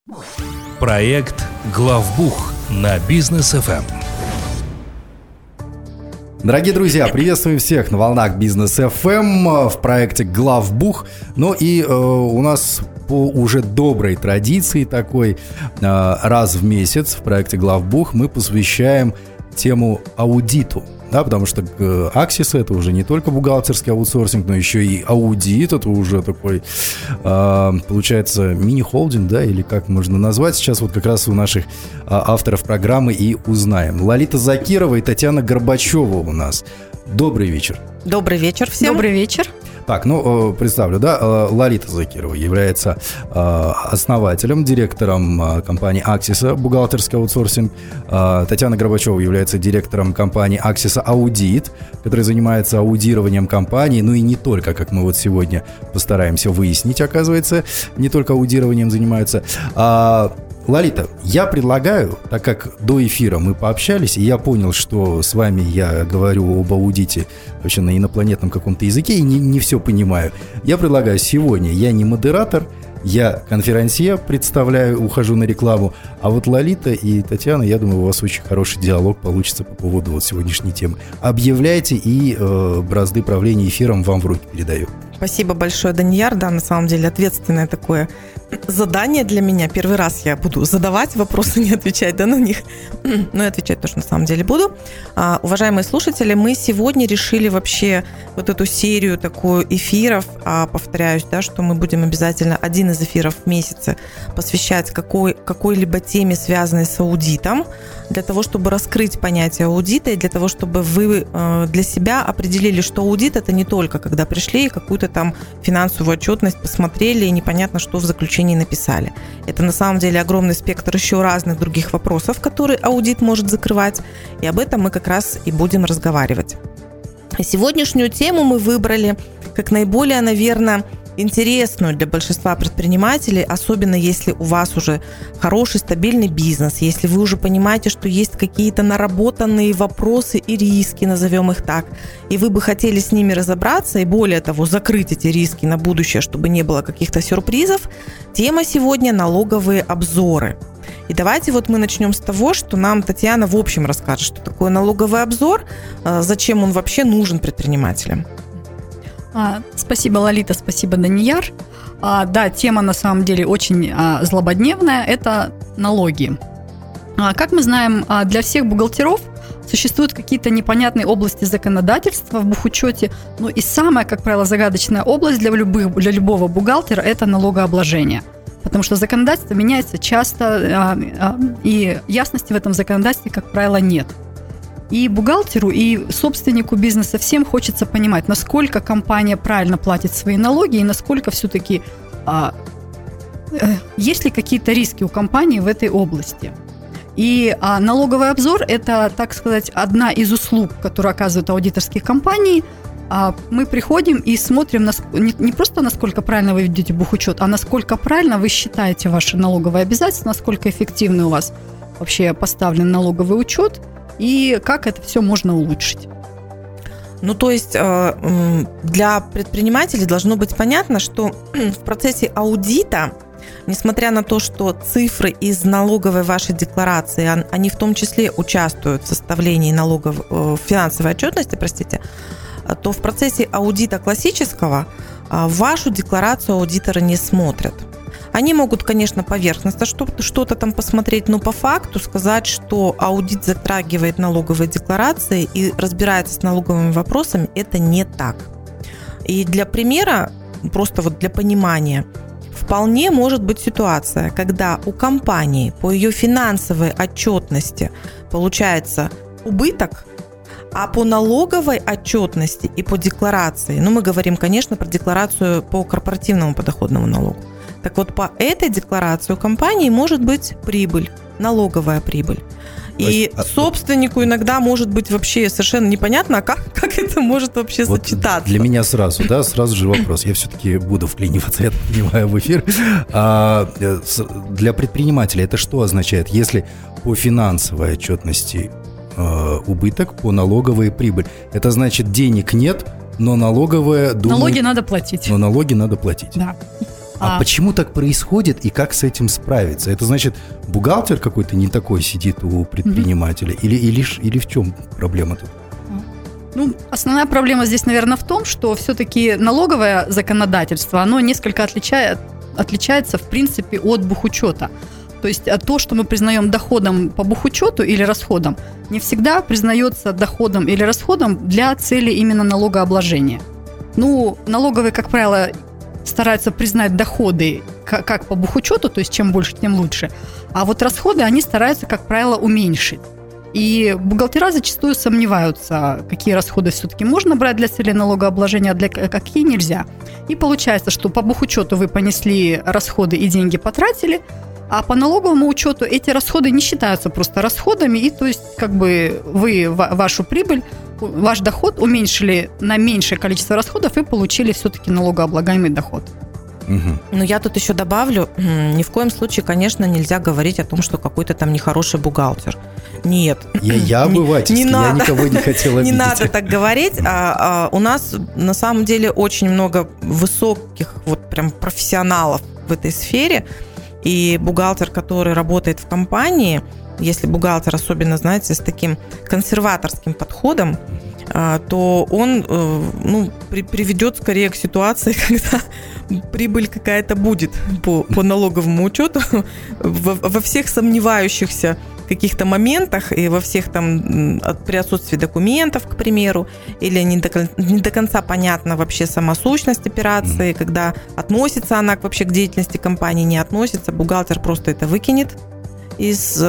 Проект «Главбух» на Бизнес ФМ. Дорогие друзья, приветствуем всех на волнах Бизнес ФМ в проекте «Главбух». Ну и у нас по уже доброй традиции такой раз в месяц в проекте «Главбух» мы посвящаем тему аудиту. Да, потому что Axis — это уже не только бухгалтерский аутсорсинг, но еще и аудит. Это уже такой, получается, мини-холдинг, да, или как можно назвать. Сейчас вот как раз у наших авторов программы и узнаем. Лолита Закирова и Татьяна Горбачева у нас. Добрый вечер. Добрый вечер всем. Добрый вечер. Так, представлю, да, Лолита Закирова является основателем, директором компании Axis бухгалтерский аутсорсинг. Татьяна Горбачева является директором компании Axis Аудит, которая занимается аудированием компаний, ну и не только, как мы вот сегодня постараемся выяснить, оказывается, не только аудированием занимаются. Лолита, я предлагаю, так как до эфира мы пообщались, и я понял, что с вами я говорю об аудите вообще на инопланетном каком-то языке и не все понимаю, я предлагаю сегодня, я не модератор, я конферансье представляю, ухожу на рекламу, а вот Лолита и Татьяна, я думаю, у вас очень хороший диалог получится по поводу вот сегодняшней темы. Объявляйте, и бразды правления эфиром вам в руки передаю. Спасибо большое, Данияр. Да, на самом деле ответственное такое задание для меня. Первый раз я буду задавать вопросы, не отвечать на них. Но и отвечать тоже на самом деле буду. Уважаемые слушатели, мы сегодня решили вообще вот эту серию такую эфиров, повторяюсь, да, что мы будем обязательно один из эфиров в месяц посвящать какой-либо теме, связанной с аудитом, для того, чтобы раскрыть понятие аудита и для того, чтобы вы для себя определили, что аудит – это не только когда пришли и какую-то там финансовую отчетность посмотрели и непонятно, что в заключении написали. Это на самом деле огромный спектр еще разных других вопросов, которые аудит может закрывать, и об этом мы как раз и будем разговаривать. Сегодняшнюю тему мы выбрали как наиболее, наверное, интересную для большинства предпринимателей, особенно если у вас уже хороший, стабильный бизнес, если вы уже понимаете, что есть какие-то наработанные вопросы и риски, назовем их так, и вы бы хотели с ними разобраться и, более того, закрыть эти риски на будущее, чтобы не было каких-то сюрпризов. Тема сегодня – налоговые обзоры. И давайте вот мы начнем с того, что нам Татьяна в общем расскажет, что такое налоговый обзор, зачем он вообще нужен предпринимателям. Спасибо, Лолита, спасибо, Данияр. Да, тема на самом деле очень злободневная – это налоги. Как мы знаем, для всех бухгалтеров существуют какие-то непонятные области законодательства в бухучете, но и самая, как правило, загадочная область для любого бухгалтера – это налогообложение. Потому что законодательство меняется часто, и ясности в этом законодательстве, как правило, нет. И бухгалтеру, и собственнику бизнеса всем хочется понимать, насколько компания правильно платит свои налоги и насколько все-таки есть ли какие-то риски у компании в этой области. И налоговый обзор – это, так сказать, одна из услуг, которые оказывают аудиторские компании. Мы приходим и смотрим не просто, насколько правильно вы ведете бухучет, а насколько правильно вы считаете ваши налоговые обязательства, насколько эффективно у вас вообще поставлен налоговый учет, и как это все можно улучшить. Ну, то есть для предпринимателей должно быть понятно, что в процессе аудита, несмотря на то, что цифры из налоговой вашей декларации, они в том числе участвуют в составлении финансовой отчетности, то в процессе аудита классического вашу декларацию аудиторы не смотрят. Они могут, конечно, поверхностно что-то там посмотреть, но по факту сказать, что аудит затрагивает налоговые декларации и разбирается с налоговыми вопросами, это не так. И для примера, просто вот для понимания, вполне может быть ситуация, когда у компании по ее финансовой отчетности получается убыток, а по налоговой отчетности и по декларации, мы говорим, конечно, про декларацию по корпоративному подоходному налогу. Так вот, по этой декларации у компании может быть прибыль, налоговая прибыль. И собственнику иногда может быть вообще совершенно непонятно, как это может вообще вот сочетаться. Для меня сразу же вопрос. Я все-таки буду вклиниваться, я понимаю, в эфир. Для предпринимателя это что означает, если по финансовой отчетности убыток, по налоговой прибыль? Это значит, денег нет, но налоговая... Налоги надо платить. Но налоги надо платить. Да. А почему так происходит и как с этим справиться? Это значит, бухгалтер какой-то не такой сидит у предпринимателя? Или в чем проблема тут? Ну, основная проблема здесь, наверное, в том, что все-таки налоговое законодательство, оно несколько отличается, в принципе, от бухучета. То есть то, что мы признаем доходом по бухучету или расходом, не всегда признается доходом или расходом для цели именно налогообложения. Ну, налоговые, как правило, стараются признать доходы как по бухучету, то есть чем больше, тем лучше. А вот расходы они стараются, как правило, уменьшить. И бухгалтера зачастую сомневаются, какие расходы все-таки можно брать для цели налогообложения, а для какие нельзя. И получается, что по бухучету вы понесли расходы и деньги потратили, а по налоговому учету эти расходы не считаются просто расходами, и то есть как бы вы вашу прибыль, ваш доход уменьшили на меньшее количество расходов и получили все-таки налогооблагаемый доход. Но я тут еще добавлю, ни в коем случае, конечно, нельзя говорить о том, что какой-то там нехороший бухгалтер. Нет. Я обывательский, я никого не хотел обидеть. Не надо так говорить. У нас на самом деле очень много высоких вот прям профессионалов в этой сфере. И бухгалтер, который работает в компании, если бухгалтер особенно, знаете, с таким консерваторским подходом, то он приведет скорее к ситуации, когда прибыль какая-то будет по налоговому учету во всех сомневающихся каких-то моментах и во всех там при отсутствии документов, к примеру, или не до конца понятна вообще сама сущность операции, когда относится она вообще к деятельности компании, не относится, бухгалтер просто это выкинет из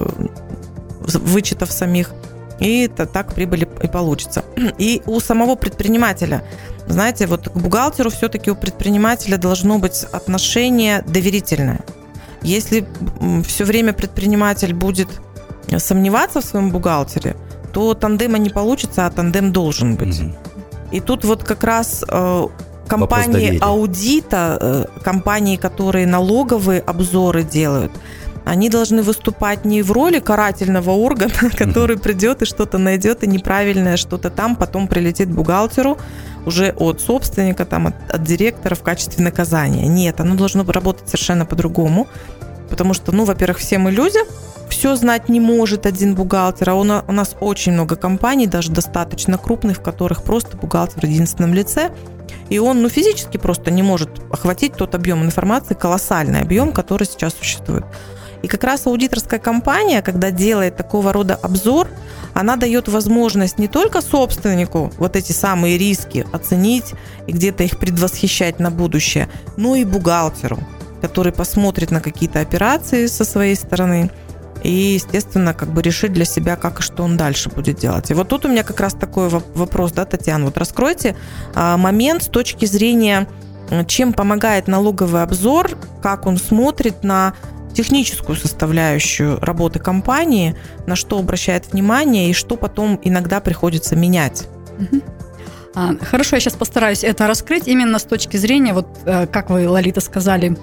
вычетов самих, и так прибыль и получится. И у самого предпринимателя, знаете, вот к бухгалтеру все-таки у предпринимателя должно быть отношение доверительное. Если все время предприниматель будет сомневаться в своем бухгалтере, то тандема не получится, а тандем должен быть. И тут вот как раз компании аудита, компании, которые налоговые обзоры делают, они должны выступать не в роли карательного органа, который придет и что-то найдет, и неправильное что-то там потом прилетит бухгалтеру уже от собственника, там, от директора в качестве наказания. Нет, оно должно работать совершенно по-другому, потому что, во-первых, все мы люди, все знать не может один бухгалтер, а у нас очень много компаний, даже достаточно крупных, в которых просто бухгалтер в единственном лице, и он физически просто не может охватить тот объем информации, колоссальный объем, который сейчас существует. И как раз аудиторская компания, когда делает такого рода обзор, она дает возможность не только собственнику вот эти самые риски оценить и где-то их предвосхищать на будущее, но и бухгалтеру, который посмотрит на какие-то операции со своей стороны и, естественно, как бы решит для себя, как и что он дальше будет делать. И вот тут у меня как раз такой вопрос, да, Татьяна, вот раскройте момент с точки зрения, чем помогает налоговый обзор, как он смотрит на техническую составляющую работы компании, на что обращает внимание и что потом иногда приходится менять. Хорошо, я сейчас постараюсь это раскрыть именно с точки зрения, вот как вы, Лолита, сказали,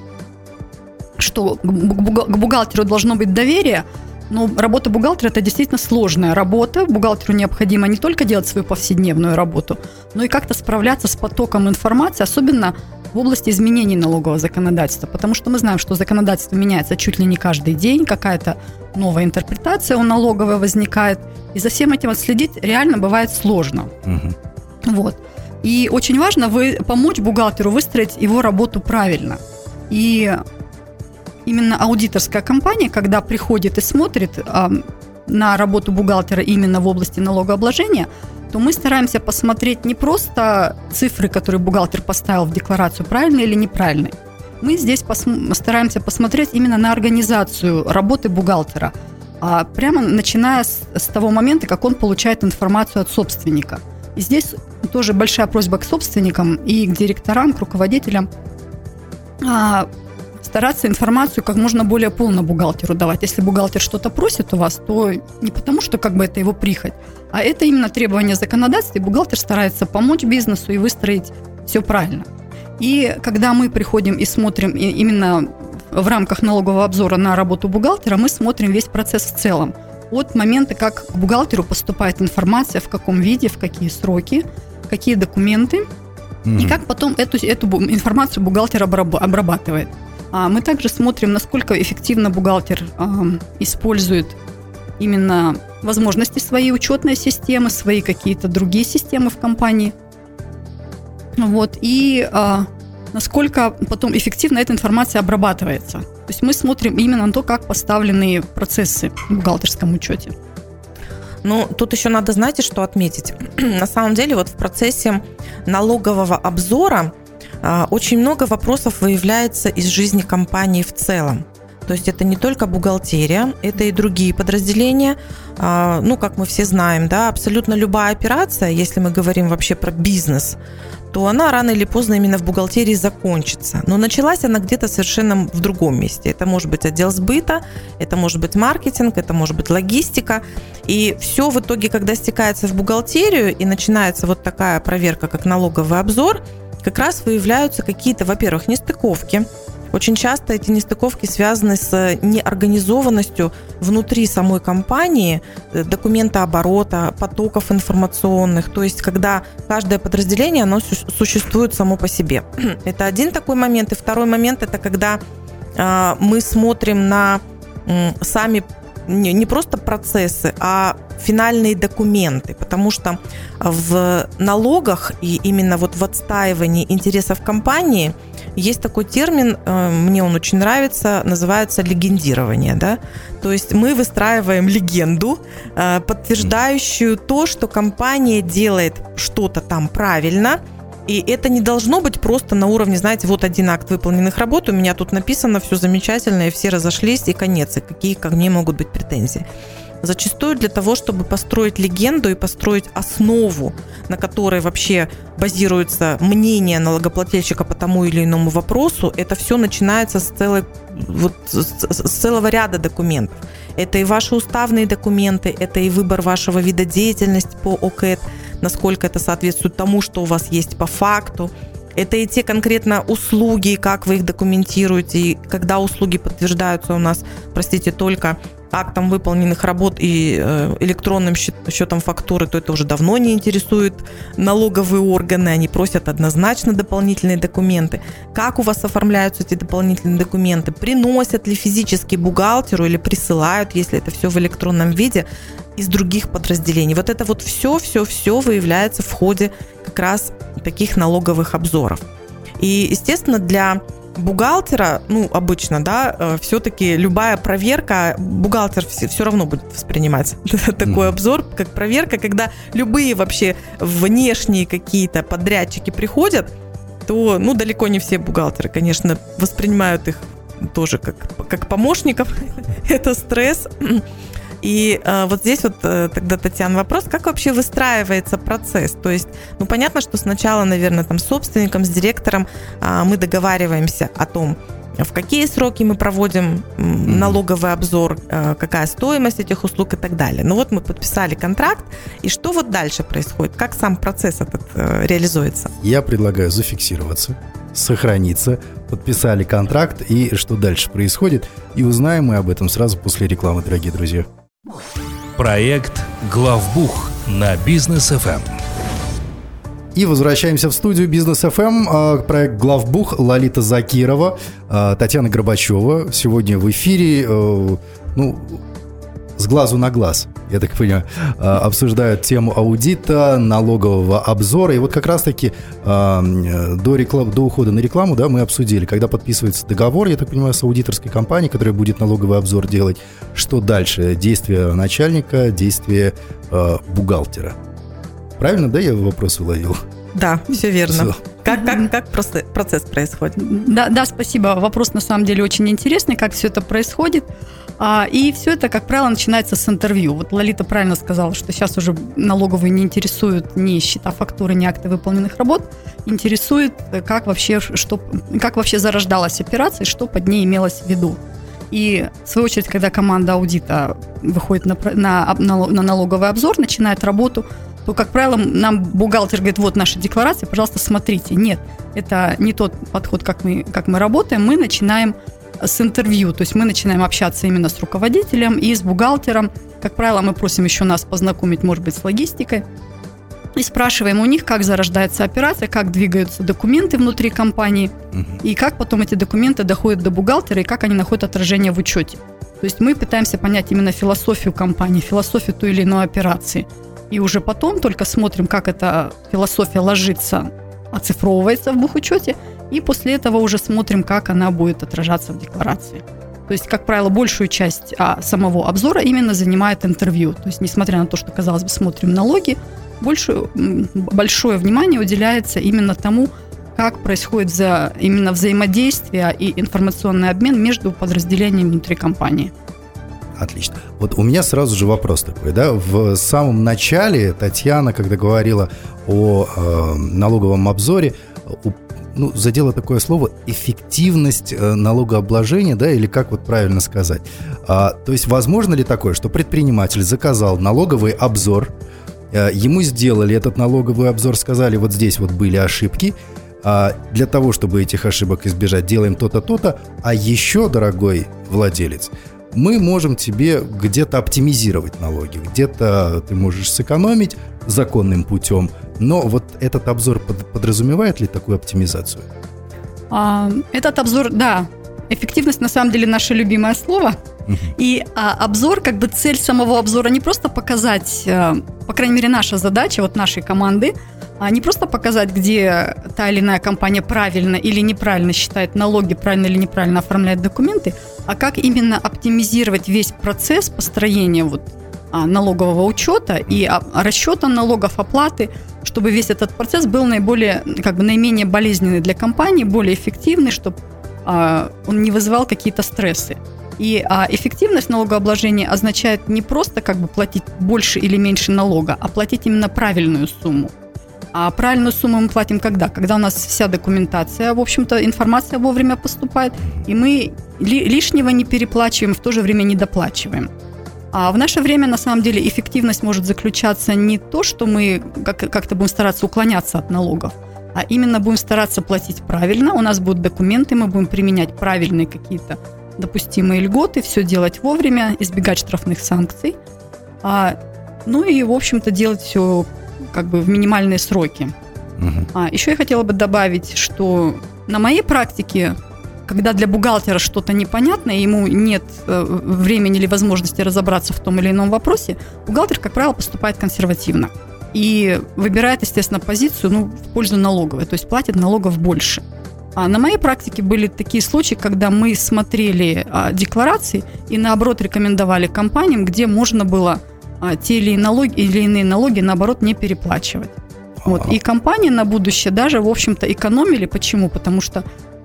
что к бухгалтеру должно быть доверие, но работа бухгалтера – это действительно сложная работа. Бухгалтеру необходимо не только делать свою повседневную работу, но и как-то справляться с потоком информации, особенно в области изменений налогового законодательства, потому что мы знаем, что законодательство меняется чуть ли не каждый день, какая-то новая интерпретация у налоговой возникает, и за всем этим отследить реально бывает сложно. Вот. И очень важно помочь бухгалтеру выстроить его работу правильно. И именно аудиторская компания, когда приходит и смотрит на работу бухгалтера именно в области налогообложения, то мы стараемся посмотреть не просто цифры, которые бухгалтер поставил в декларацию, правильные или неправильные. Мы здесь стараемся посмотреть именно на организацию работы бухгалтера, прямо начиная с того момента, как он получает информацию от собственника. И здесь тоже большая просьба к собственникам и к директорам, к руководителям стараться информацию как можно более полно бухгалтеру давать. Если бухгалтер что-то просит у вас, то не потому, что как бы это его прихоть, а это именно требование законодательства, и бухгалтер старается помочь бизнесу и выстроить все правильно. И когда мы приходим и смотрим именно в рамках налогового обзора на работу бухгалтера, мы смотрим весь процесс в целом. От момента, как к бухгалтеру поступает информация, в каком виде, в какие сроки, какие документы, и как потом эту информацию бухгалтер обрабатывает. Мы также смотрим, насколько эффективно бухгалтер использует именно возможности своей учетной системы, свои какие-то другие системы в компании. Вот, и насколько потом эффективно эта информация обрабатывается. То есть мы смотрим именно на то, как поставлены процессы в бухгалтерском учете. Ну, тут еще надо, знаете, что отметить? На самом деле, вот в процессе налогового обзора очень много вопросов выявляется из жизни компании в целом. То есть это не только бухгалтерия, это и другие подразделения. Ну, как мы все знаем, да, абсолютно любая операция, если мы говорим вообще про бизнес, то она рано или поздно именно в бухгалтерии закончится. Но началась она где-то совершенно в другом месте. Это может быть отдел сбыта, это может быть маркетинг, это может быть логистика. И все в итоге, когда стекается в бухгалтерию и начинается вот такая проверка, как налоговый обзор, как раз выявляются какие-то, во-первых, нестыковки. Очень часто эти нестыковки связаны с неорганизованностью внутри самой компании документооборота, потоков информационных. То есть, когда каждое подразделение, оно существует само по себе. Это один такой момент. И второй момент – это когда мы смотрим на сами не просто процессы, а финальные документы, потому что в налогах и именно вот в отстаивании интересов компании есть такой термин, мне он очень нравится, называется легендирование, да? То есть мы выстраиваем легенду, подтверждающую то, что компания делает что-то там правильно, и это не должно быть просто на уровне, знаете, вот один акт выполненных работ, у меня тут написано, все замечательно, и все разошлись, и конец, и какие ко мне могут быть претензии. Зачастую для того, чтобы построить легенду и построить основу, на которой вообще базируется мнение налогоплательщика по тому или иному вопросу, это все начинается с целого ряда документов. Это и ваши уставные документы, это и выбор вашего вида деятельности по ОКЭД, насколько это соответствует тому, что у вас есть по факту. Это и те конкретно услуги, как вы их документируете, и когда услуги подтверждаются у нас, только актом выполненных работ и электронным счетом фактуры, то это уже давно не интересует налоговые органы, они просят однозначно дополнительные документы. Как у вас оформляются эти дополнительные документы? Приносят ли физически бухгалтеру или присылают, если это все в электронном виде, из других подразделений? Вот это вот все выявляется в ходе как раз таких налоговых обзоров. И, естественно, для бухгалтера, обычно, да, все-таки любая проверка, бухгалтер все равно будет воспринимать такой обзор, как проверка, когда любые вообще внешние какие-то подрядчики приходят, то, далеко не все бухгалтеры, конечно, воспринимают их тоже как помощников. Это стресс. И вот здесь вот тогда, Татьяна, вопрос, как вообще выстраивается процесс? То есть, понятно, что сначала, наверное, там с собственником, с директором мы договариваемся о том, в какие сроки мы проводим налоговый обзор, какая стоимость этих услуг и так далее. Но вот мы подписали контракт, и что вот дальше происходит? Как сам процесс этот реализуется? Я предлагаю зафиксироваться, сохраниться, подписали контракт, и что дальше происходит, и узнаем мы об этом сразу после рекламы, дорогие друзья. Проект «Главбух» на Бизнес ФМ. И возвращаемся в студию Бизнес ФМ. Проект «Главбух», Лолита Закирова, Татьяна Горбачева. Сегодня в эфире, с глазу на глаз, я так понимаю, обсуждают тему аудита, налогового обзора. И вот как раз-таки до ухода на рекламу, да, мы обсудили, когда подписывается договор, я так понимаю, с аудиторской компанией, которая будет налоговый обзор делать, что дальше? Действия начальника, действия бухгалтера. Правильно, да, я вопрос уловил? Да, все верно. Как процесс происходит? Да, спасибо. Вопрос на самом деле очень интересный, как все это происходит. И все это, как правило, начинается с интервью. Вот Лолита правильно сказала, что сейчас уже налоговые не интересуют ни счета фактуры, ни акты выполненных работ. Интересует, как вообще зарождалась операция, что под ней имелось в виду. И, в свою очередь, когда команда аудита выходит на налоговый обзор, начинает работу, то, как правило, нам бухгалтер говорит, вот наша декларация, пожалуйста, смотрите. Нет, это не тот подход, как мы работаем. Мы начинаем с интервью, то есть мы начинаем общаться именно с руководителем и с бухгалтером. Как правило, мы просим еще нас познакомить, может быть, с логистикой. и спрашиваем у них, как зарождается операция, как двигаются документы внутри компании, и как потом эти документы доходят до бухгалтера, и как они находят отражение в учете. То есть мы пытаемся понять именно философию компании, философию той или иной операции. И уже потом только смотрим, как эта философия ложится, оцифровывается в бухучете, и после этого уже смотрим, как она будет отражаться в декларации. То есть, как правило, большую часть самого обзора именно занимает интервью. То есть, несмотря на то, что, казалось бы, смотрим налоги, большое внимание уделяется именно тому, как происходит именно взаимодействие и информационный обмен между подразделениями внутри компании. Отлично. Вот у меня сразу же вопрос такой, да, в самом начале Татьяна, когда говорила о налоговом обзоре, задела такое слово эффективность налогообложения, да, или как вот правильно сказать. То есть возможно ли такое, что предприниматель заказал налоговый обзор, ему сделали этот налоговый обзор, сказали, вот здесь вот были ошибки, для того, чтобы этих ошибок избежать, делаем то-то, то-то, а еще, дорогой владелец, мы можем тебе где-то оптимизировать налоги, где-то ты можешь сэкономить законным путем, но вот этот обзор подразумевает ли такую оптимизацию? Этот обзор, да, эффективность на самом деле наше любимое слово. И обзор, как бы цель самого обзора не просто показать, по крайней мере, наша задача, вот нашей команды, не просто показать, где та или иная компания правильно или неправильно считает налоги, правильно или неправильно оформляет документы, а как именно оптимизировать весь процесс построения налогового учета и расчета налогов, оплаты, чтобы весь этот процесс был наименее болезненный для компании, более эффективный, чтобы он не вызывал какие-то стрессы. И эффективность налогообложения означает не просто платить больше или меньше налога, а платить именно правильную сумму. А правильную сумму мы платим когда? Когда у нас вся документация, в общем-то, информация вовремя поступает, и мы лишнего не переплачиваем, в то же время не доплачиваем. А в наше время, на самом деле, эффективность может заключаться не то, что мы как-то будем стараться уклоняться от налогов, а именно будем стараться платить правильно, у нас будут документы, мы будем применять правильные какие-то допустимые льготы, все делать вовремя, избегать штрафных санкций, и, в общем-то, делать все в минимальные сроки. Еще я хотела бы добавить, что на моей практике, когда для бухгалтера что-то непонятно, и ему нет времени или возможности разобраться в том или ином вопросе, бухгалтер, как правило, поступает консервативно и выбирает, естественно, позицию в пользу налоговой, то есть платит налогов больше. А на моей практике были такие случаи, когда мы смотрели декларации и, наоборот, рекомендовали компаниям, где можно было те или иные налоги, наоборот, не переплачивать. И компании на будущее даже, в общем-то, экономили. Почему? Потому что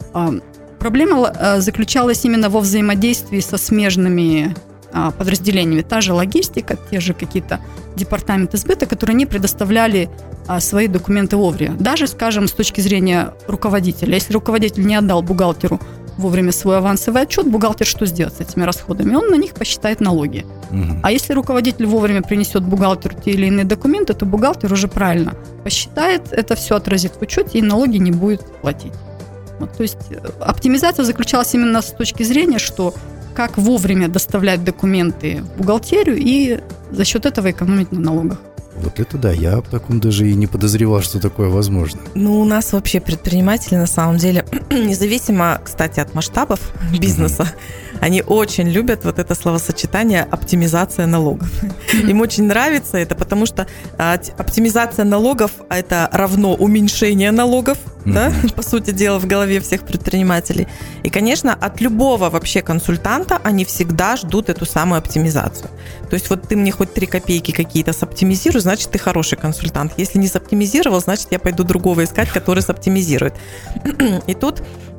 проблема заключалась именно во взаимодействии со смежными подразделениями. Та же логистика, те же какие-то департаменты сбыта, которые не предоставляли свои документы вовремя. Даже, скажем, с точки зрения руководителя. Если руководитель не отдал бухгалтеру вовремя свой авансовый отчет, бухгалтер что сделает с этими расходами? Он на них посчитает налоги. А если руководитель вовремя принесет бухгалтеру те или иные документы, то бухгалтер уже правильно посчитает, это все отразит в учете и налоги не будет платить. То есть оптимизация заключалась именно с точки зрения, что как вовремя доставлять документы в бухгалтерию и за счет этого экономить на налогах. Вот это да, я об таком даже и не подозревал, что такое возможно. У нас вообще предприниматели, на самом деле, независимо, кстати, от масштабов бизнеса, они очень любят вот это словосочетание «оптимизация налогов». Им очень нравится это, потому что оптимизация налогов – это равно уменьшение налогов, да, по сути дела, в голове всех предпринимателей. И, конечно, от любого вообще консультанта они всегда ждут эту самую оптимизацию. То есть вот ты мне хоть 3 копейки какие-то соптимизируй, значит, ты хороший консультант. Если не соптимизировал, значит, я пойду другого искать, который соптимизирует. И тут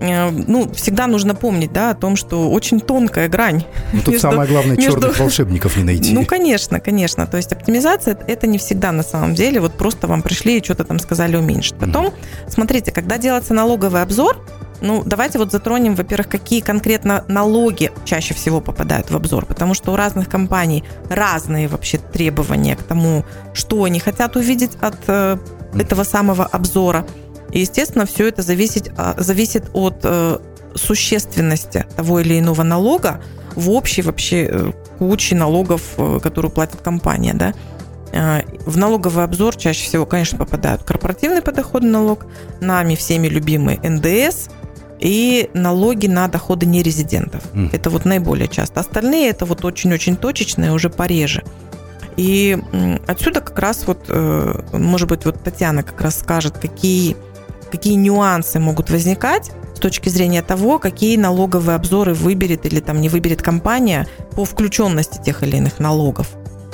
всегда нужно помнить, да, о том, что очень тонкая грань. Тут самое главное, черных волшебников не найти. Конечно. То есть оптимизация – это не всегда на самом деле. Вот просто вам пришли и что-то там сказали уменьшить. Потом, смотрите, когда делается налоговый обзор, давайте вот затронем, во-первых, какие конкретно налоги чаще всего попадают в обзор, потому что у разных компаний разные вообще требования к тому, что они хотят увидеть от этого самого обзора. И, естественно, все это зависит от существенности того или иного налога в общей вообще куче налогов, которую платит компания, да. В налоговый обзор чаще всего, конечно, попадают корпоративный подоходный налог, нами всеми любимый НДС и налоги на доходы нерезидентов. Это вот наиболее часто. Остальные это вот очень-очень точечные, уже пореже. И отсюда как раз вот, может быть, вот Татьяна как раз скажет, какие нюансы могут возникать с точки зрения того, какие налоговые обзоры выберет или там не выберет компания по включенности тех или иных налогов.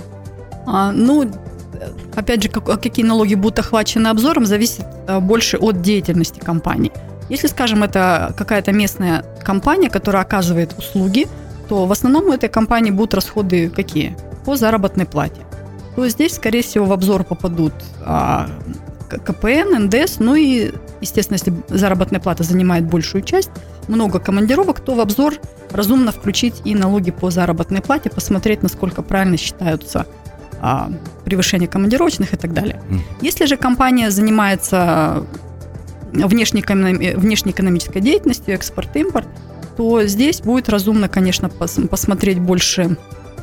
Опять же, какие налоги будут охвачены обзором, зависит больше от деятельности компании. Если, скажем, это какая-то местная компания, которая оказывает услуги, то в основном у этой компании будут расходы какие? По заработной плате. То здесь, скорее всего, в обзор попадут КПН, НДС, и, естественно, если заработная плата занимает большую часть, много командировок, то в обзор разумно включить и налоги по заработной плате, посмотреть, насколько правильно считаются превышение командировочных и так далее. Если же компания занимается внешнеэкономической деятельностью, экспорт-импорт, то здесь будет разумно, конечно, посмотреть больше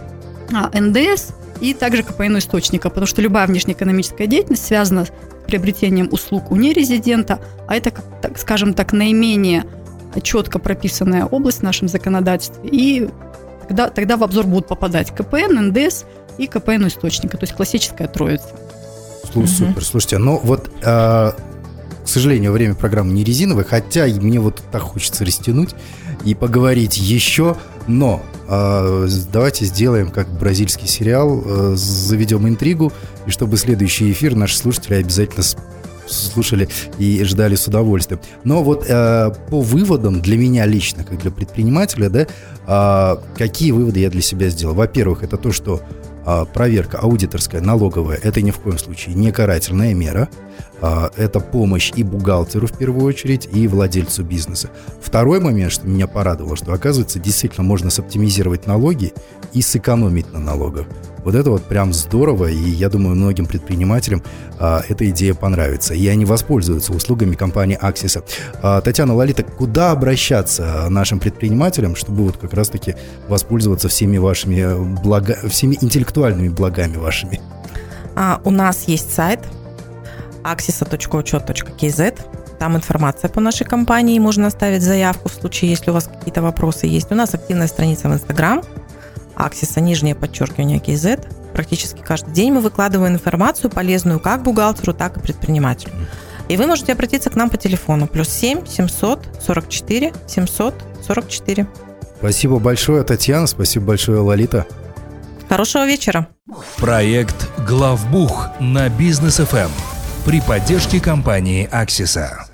НДС и также КПН источника, потому что любая внешнеэкономическая деятельность связана с приобретением услуг у нерезидента, а это, скажем так, наименее четко прописанная область в нашем законодательстве, и тогда в обзор будут попадать КПН, НДС и КПН источника, то есть классическая троица. Супер, слушайте, к сожалению, время программы не резиновое, хотя мне вот так хочется растянуть и поговорить еще, но давайте сделаем как бразильский сериал, заведем интригу, и чтобы следующий эфир наши слушатели обязательно слушали и ждали с удовольствием. Но вот по выводам для меня лично, как для предпринимателя, да, какие выводы я для себя сделал? Во-первых, это то, что проверка аудиторская, налоговая, это ни в коем случае не карательная мера. Это помощь и бухгалтеру в первую очередь, и владельцу бизнеса. Второй момент, что меня порадовало, что, оказывается, действительно можно соптимизировать налоги и сэкономить на налогах. Вот это вот прям здорово, и я думаю, многим предпринимателям эта идея понравится, и они воспользуются услугами компании Axis. Татьяна, Лолита, куда обращаться нашим предпринимателям, чтобы вот как раз-таки воспользоваться всеми вашими всеми интеллектуальными благами вашими? У нас есть сайт axisa.учет.kz. Там информация по нашей компании, можно оставить заявку в случае, если у вас какие-то вопросы есть. У нас активная страница в Instagram, Axisa, _KZ. Практически каждый день мы выкладываем информацию полезную как бухгалтеру, так и предпринимателю. И вы можете обратиться к нам по телефону +7 744 744. Спасибо большое, Татьяна, спасибо большое, Лолита. Хорошего вечера. Проект «Главбух» на Бизнес ФМ при поддержке компании Axisa.